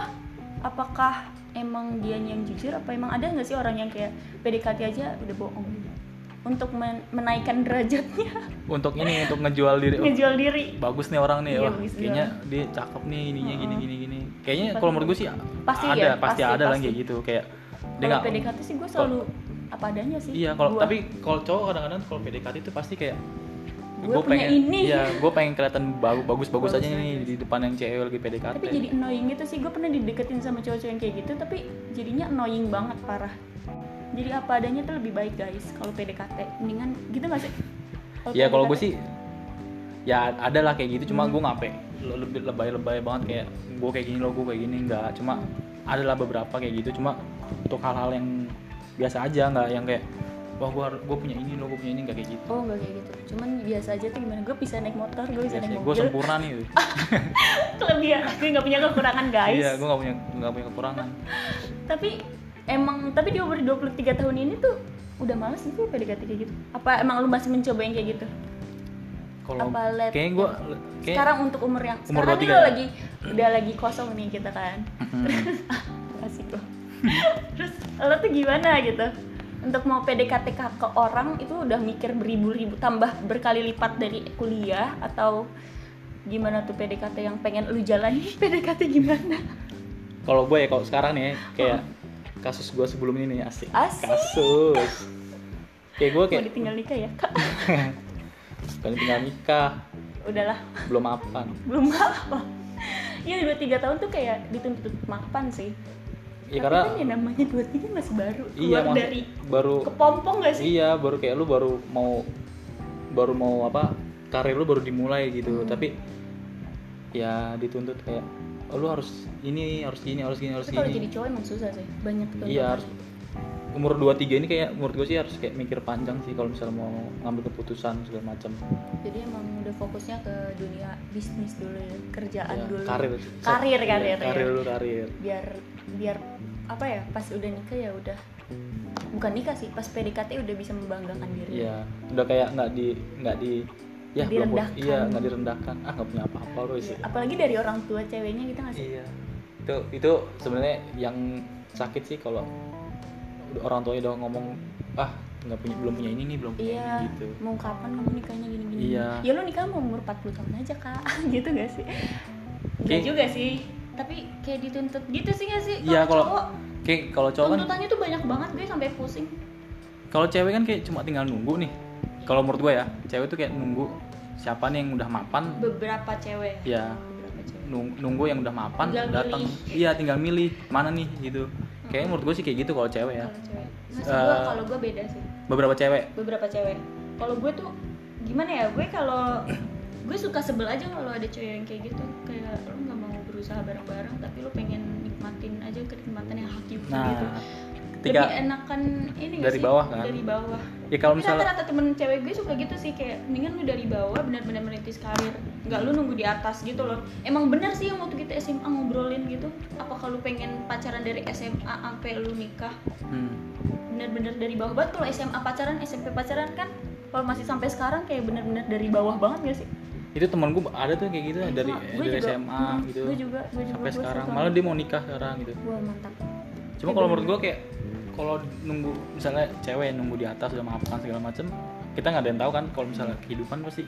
Apakah emang dia yang jujur, apa emang ada gak sih orang yang kayak P D K T aja udah bohong? untuk men- menaikkan derajatnya. Untuk ini, untuk ngejual diri. Oh, Ngejual diri. bagus nih orang nih, Iya, wah bagus kayaknya jual. dia cakep nih, ininya Mm-mm. gini gini gini. Kayaknya Pasti. kalau menurut gue sih Pasti ada, ya, pasti, pasti, ada lah pasti. kayak gitu, kayak dia Kalau nggak. P D K T sih gue selalu apa adanya sih. Iya, kalau Gua- tapi kalau cowok kadang-kadang kalau P D K T itu pasti kayak Gua gua punya pengen, ini. iya, gue pengen kelihatan bagus bagus bagus aja Bagus nih aja. di depan yang cewek lagi P D K T. tapi jadi annoying gitu sih. Gue pernah dideketin sama cowok-cowok yang kayak gitu, tapi jadinya annoying banget, parah. Jadi apa adanya tuh lebih baik guys kalau P D K T. Mendingan gitu gak sih? Iya, kalau gue P D K T? sih ya ada lah kayak gitu, cuma Hmm. gue ngapain lebih lebay-lebay banget kayak gue kayak gini lo, gue kayak gini, enggak. Cuma ada lah beberapa kayak gitu, cuma untuk hal-hal yang biasa aja, nggak yang kayak wah gue gue punya ini lo, gue punya ini, nggak kayak gitu. Oh nggak kayak gitu, cuman biasa aja tuh gimana, gue bisa naik motor, gue bisa naik gue mobil. sempurna nih. Kelebihan, gue nggak punya kekurangan guys. Iya, gue nggak punya nggak punya kekurangan. Tapi emang, tapi di umur dua puluh tiga tahun ini tuh udah males sih P D K T kayak gitu. Apa emang lu masih mencoba yang kayak gitu? Kalau Apa let- kayaknya gue kayak Sekarang untuk umur yang Umur sekarang dua puluh ini tiga lo ya? lagi udah lagi kosong nih kita kan. Mm. Asik lo. Terus lo tuh gimana gitu? Untuk mau P D K T ke ke orang itu udah mikir beribu-ribu, tambah berkali lipat dari kuliah, atau gimana tuh P D K T yang pengen lu jalani? P D K T gimana? kalau gue ya, kalau sekarang nih kayak kasus gue sebelum ini nih, asik. Asik. Kasus. Kayak gue Mau kayak ditinggal nikah ya kak? kan tinggal nikah, Udahlah, belum mapan. belum apa. Ya dua tiga tahun tuh kayak dituntut mapan sih. Ya Tapi karena kan ya namanya dua tiga masih baru, iya, keluar maksud- dari baru kepompong gak sih? iya baru kayak lu baru mau baru mau apa karir lu baru dimulai gitu. Hmm. Tapi ya dituntut kayak oh, lu harus ini harus gini harus gini harus Tapi kalau gini. jadi cowok emang susah sih, banyak tuh. Iya, harus umur dua puluh tiga ini kayak menurut gue sih harus kayak mikir panjang sih kalau misalnya mau ngambil keputusan segala macam. Jadi emang udah fokusnya ke dunia bisnis dulu ya, kerjaan Ya, dulu. karir Karir, Iya, karir, ya. karir dulu karir. Biar biar apa ya, pas udah nikah ya udah, bukan nikah sih, pas P D K T udah bisa membanggakan diri. Iya, udah kayak nggak di nggak di ya Nggak belum- direndahkan. iya nggak direndahkan, ah nggak punya apa-apa loh sih. Iya, apalagi dari orang tua ceweknya gitu nggak sih? Iya, itu itu sebenarnya yang sakit sih kalau udah orang tuanya udah ngomong ah nggak punya belum punya ini nih belum punya Iya, ini gitu. mau kapan kamu nikahnya gini-gini? Iya. Ya lu nikah mau umur empat puluh tahun aja kak, gitu gak sih? Enggak Kayak- juga sih, tapi kayak dituntut gitu sih gak sih? Iya, kalau cowok, kayak kalau cowok kan tuntutannya tuh banyak banget, gue sampai pusing. kalau cewek kan kayak cuma tinggal nunggu nih. Kalau menurut gue ya, cewek tuh kayak nunggu siapa nih yang udah mapan, Beberapa cewek. ya Beberapa cewek. nung- nunggu yang udah mapan Tinggal datang. Iya, tinggal milih mana nih gitu. Kayaknya menurut gue sih kayak gitu kalau cewek ya. Kalau cewek. Maksud Eh, gue kalau gue beda sih. Beberapa cewek. Beberapa cewek. Kalau gue tuh gimana ya? Gue kalau gue suka sebel aja kalau ada cewek yang kayak gitu. Kayak lo nggak mau berusaha bareng-bareng, tapi lo pengen nikmatin aja kenikmatan yang hakiki Nah, gitu. ketika Lebih enakan ini nggak dari sih? bawah kan? Dari bawah. ya kalau Tapi misalnya rata-rata temen cewek gue suka gitu sih, kayak mendingan lu dari bawah benar-benar merintis karir, nggak lu nunggu di atas gitu loh. Emang bener sih yang waktu kita S M A ngobrolin gitu, apa kalau pengen pacaran dari S M A sampai lu nikah hmm, benar-benar dari bawah banget. Kalau S M A pacaran, S M P pacaran kan kalau masih sampai sekarang kayak benar-benar dari bawah banget gak sih? itu temen gue ada tuh kayak gitu dari Gue dari juga, S M A mm, gitu gue juga, gue juga, sampai gue sekarang suka. malah dia mau nikah sekarang gitu. Wah mantap. Cuma Iya, kalau bener. menurut gue kayak kalau nunggu misalnya cewek nunggu di atas udah maafkan segala macem, kita nggak ada yang tahu kan kalau misalnya kehidupan pasti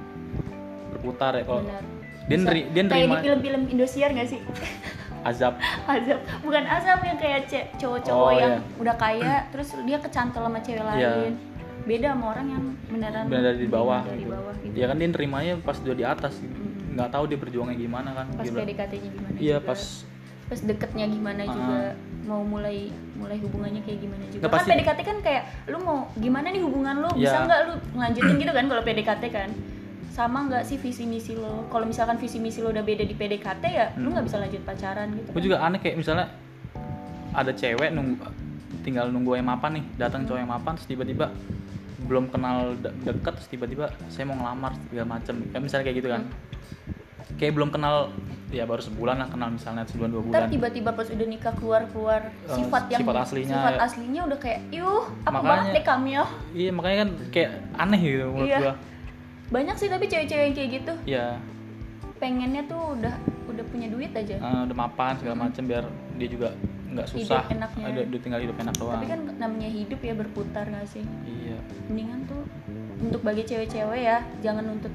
berputar ya. Kalau Benar. dia Bisa. neri, dia Kayak nerima di film-film Indosiar gak sih? azab. Azab, bukan azab yang kayak ce- cowok-cowok Oh, yang iya. udah kaya terus dia kecantol sama cewek Iya. lain. Beda sama orang yang beneran Benar dari bawah dari gitu. bawah gitu. Ya kan dia nerimanya pas udah di atas gitu. Mm. Nggak tahu dia berjuangnya gimana kan. Pas Dia P bilang, D K T-nya gimana iya juga. pas Pas deketnya gimana Ah. juga, mau mulai mulai hubungannya kayak gimana juga. Nggak, Kan pasti- P D K T kan kayak lu mau gimana nih hubungan lu, bisa Iya. nggak lu ngelanjutin gitu kan kalau P D K T kan. Sama nggak sih visi misi lo? Kalau misalkan visi misi lo udah beda di P D K T ya, lu Hmm. nggak bisa lanjut pacaran gitu. gue kan. juga aneh kayak misalnya ada cewek nunggu tinggal nunggu yang mapan nih, datang cowok yang mapan terus tiba-tiba belum kenal de- deket terus tiba-tiba saya mau ngelamar segala macem, kayak misalnya kayak gitu kan. Kayak belum kenal ya baru sebulan lah kenal misalnya sebulan dua Ntar bulan. tiba-tiba pas udah nikah keluar-keluar Eh, sifat yang sifat aslinya. sifat aslinya udah kayak yuh apa Makanya- banget deh Kamil. Iya makanya kan kayak aneh gitu menurut Iya. gua. Banyak sih tapi cewek-cewek yang kayak gitu Iya, pengennya tuh udah udah punya duit aja. eh, udah mapan segala macem biar dia juga nggak susah, hidup enaknya. ada udah tinggal hidup enak doang. Tapi kan namanya hidup ya berputar nggak sih? Iya. Mendingan tuh untuk bagi cewek-cewek ya jangan nuntut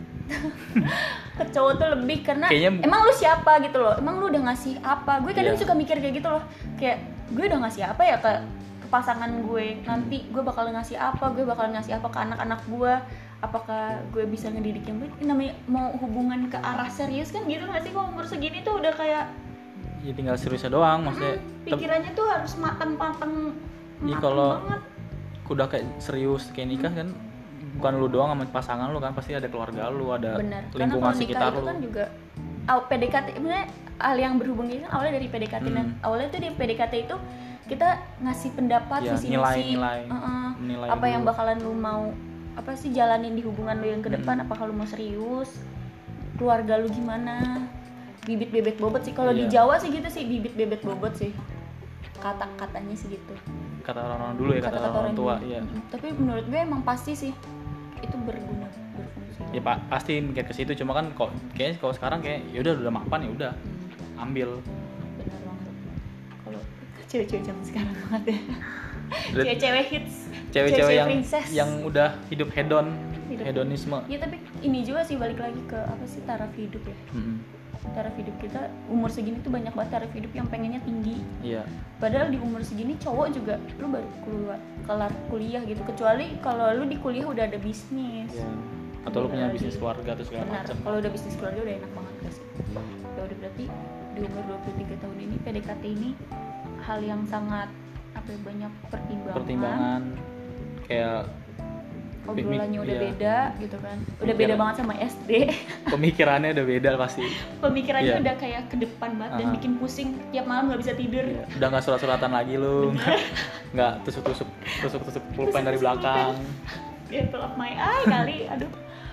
ke cowok tuh lebih, karena Kayaknya- emang lu siapa gitu loh, emang lu udah ngasih apa. Gue kadang Iya. suka mikir kayak gitu loh, kayak gue udah ngasih apa ya ke, ke pasangan gue, nanti gue bakal ngasih apa, gue bakal ngasih apa ke anak-anak gue, apakah gue bisa ngedidik yang baik. Namanya mau hubungan ke arah serius kan gitu nggak sih? Kalau umur segini tuh udah kayak Ya tinggal seriusnya doang maksudnya. hmm, pikirannya tuh harus matang-matang, Iya, matang kalau- banget. Udah kayak serius kayak nikah kan bukan lu doang sama pasangan lu kan, pasti ada keluarga lu, ada Benar. Karena lingkungan kalau nikah sekitar itu lu. kan juga aw- P D K T, sebenarnya hal yang berhubung ini kan awalnya dari P D K T. Nah, Hmm. awalnya tuh di P D K T itu kita ngasih pendapat, Ya, visi nilai, misi, nilai. uh-uh, Menilai apa yang dulu. bakalan lu mau apa sih jalanin di hubungan lu yang ke depan, Hmm. apakah lu mau serius, keluarga lu gimana, bibit bebet bobot sih. Kalau di Iya. Jawa sih gitu sih, bibit bebet bobot sih. Kata-katanya sih gitu. Kata orang-orang dulu ya, kata, orang tua, dulu. iya. Mm-mm. Tapi menurut gue emang pasti sih itu berguna, berfungsi. Ya pak pasti mikir ke situ, cuma kan kok kayaknya kalau sekarang kayak ya udah udah mapan ya udah Hmm. ambil. Benar banget. Kalau cewek-cewek zaman sekarang banget ya. Udah- Cewek-cewek hits, Cewek-cewek yang princess. yang udah hidup hedon, Hidup. hedonisme. Ya tapi ini juga sih balik lagi ke apa sih taraf hidup ya. Mm-mm. Taraf hidup kita umur segini tuh banyak banget taraf hidup yang pengennya tinggi. Iya. Padahal di umur segini cowok juga lu baru keluar kelar kuliah gitu, kecuali kalau lu di kuliah udah ada bisnis. Iya. Atau lu punya Lagi. bisnis keluarga atau segala Benar, macam. kalau udah bisnis keluarga udah enak banget gak sih? Ya udah berarti di umur dua puluh tiga tahun ini P D K T ini hal yang sangat apa ya, banyak pertimbangan. Pertimbangan kayak Obrolannya udah iya. beda gitu kan. Udah Pemikiran. beda banget sama S D. pemikirannya udah beda pasti. Pemikirannya Iya. udah kayak ke depan banget dan Aha. bikin pusing tiap malam nggak bisa tidur. Iya. Udah nggak surat-suratan lagi lu, nggak nggak tusuk-tusuk tusuk-tusuk pulpen dari Tusuk-tusuk belakang. Ya pull up my eye kali, aduh.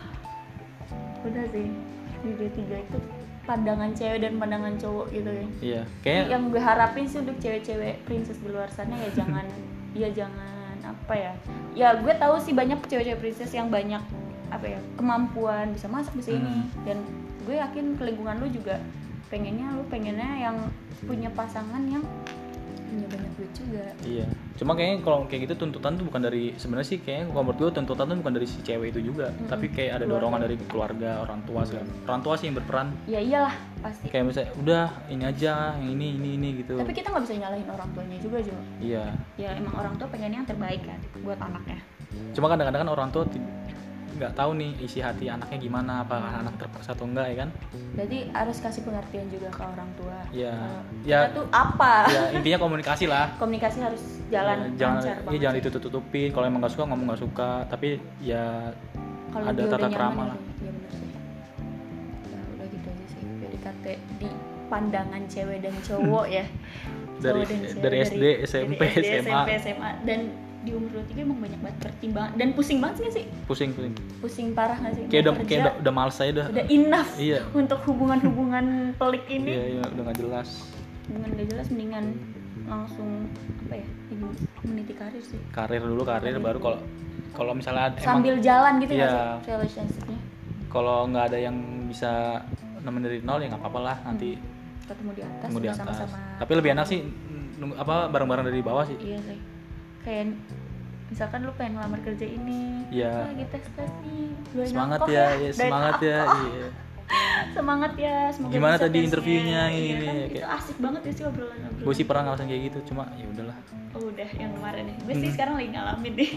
Udah sih di D tiga itu pandangan cewek dan pandangan cowok gitu kan. Iya. Tapi Kayak yang gue harapin sih untuk cewek-cewek princess di luar sana ya jangan ya jangan apa ya. Ya gue tahu sih banyak cewek-cewek princess yang banyak apa ya kemampuan bisa masak bisa ini, Hmm. dan gue yakin ke lingkungan lu juga pengennya lu pengennya yang punya pasangan yang punya banyak duit juga. Iya. Cuma kayaknya kalau kayak gitu tuntutan tuh bukan dari sebenarnya sih kayaknya kalau menurut gue tuntutan tuh bukan dari si cewek itu juga, Mm-mm. tapi kayak ada Keluarga. dorongan dari keluarga, orang tua segala. Orang tua sih yang berperan. Ya iyalah pasti. Kayak misalnya udah ini aja, yang ini ini ini gitu. Tapi kita nggak bisa nyalahin orang tuanya juga Jo. Iya. Ya emang orang tua pengennya yang terbaik kan buat anaknya. Cuma kadang-kadang kan orang tua ti- nggak tahu nih isi hati anaknya gimana, apakah anak terpaksa atau enggak ya kan? Berarti harus kasih pengertian juga ke orang tua. Iya. Kalau Ya. kita tuh apa? Ya intinya komunikasi lah. Komunikasi harus jalan Ya, jangan lancar iya, banget jangan sih. ditutup-tutupin. Kalau emang nggak suka ngomong nggak suka, tapi ya Kalau ada dia udah tata nyaman krama ya, lah. ya benar sih. Ya udah gitu aja sih P D K T di pandangan cewek dan cowok ya. Dari- Cowok dan cewek, dari S D, S M P, dari S D, S M A. S M P, S M A, dan di umur dua puluh tiga emang banyak banget pertimbangan dan pusing banget sih nggak sih? pusing-pusing. Pusing parah nggak sih? Kayak udah Mau kayak kerja, udah, udah males aja udah. udah enough Iya. untuk hubungan-hubungan pelik ini. Iya, iya, udah nggak jelas. Hubungan gak jelas mendingan langsung apa ya? Ibu meniti karir sih. Karir dulu, karir Karir baru dulu. kalau kalau misalnya ada- Sambil emang jalan gitu nggak Iya. sih relationship-nya? kalau nggak ada yang bisa nemenin dari nol ya nggak apa-apa lah, nanti Ketemu di atas, tunggu di udah atas. sama-sama. Tapi lebih enak sih nunggu- apa bareng-bareng dari bawah sih. Iya sih. Kayak misalkan lu pengen ngelamar kerja ini, Iya. lagi tes tes nih, doain Semangat aku ya, ya, doain semangat aku. ya. Iya. Semangat ya, semoga Gimana bisa tadi tesnya. interviewnya, Iya ini, kan? kayak- Itu asik banget ya sih obrolan obrolan. Gue sih pernah ngerasain kayak gitu, cuma ya udahlah. Oh, udah yang kemarin nih. Gue sih Hmm. sekarang lagi ngalamin deh.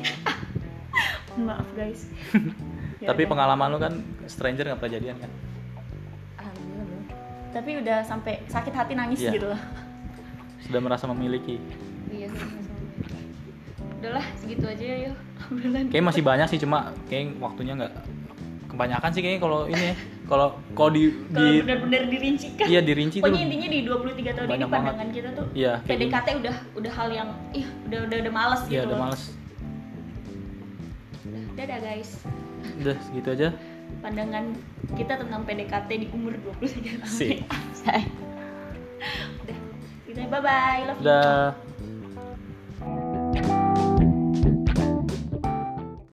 Maaf guys. Ya Tapi udah. pengalaman lu kan stranger nggak pernah jadian kan? Alhamdulillah belum. Tapi udah sampai sakit hati nangis Iya. gitu loh. Sudah merasa memiliki. Iya sih. Udahlah segitu aja ya yuk. Obrolan. Kayaknya masih banyak sih, cuma kayak waktunya nggak kebanyakan sih kayaknya kalau ini ya. Kalau kalau di Kalau di benar-benar dirincikan. iya dirinci tuh. Pokoknya intinya di dua puluh tiga tahun ini banyak pandangan banget. kita tuh Iya, kayak P D K T udah udah hal yang ih udah udah udah males gitu. Iya, udah loh. males. Dadah guys. Udah segitu aja. Pandangan kita tentang P D K T di umur dua puluh tiga tahun. Sip. Say. Udah. Gitu, bye bye. Love you. Udah.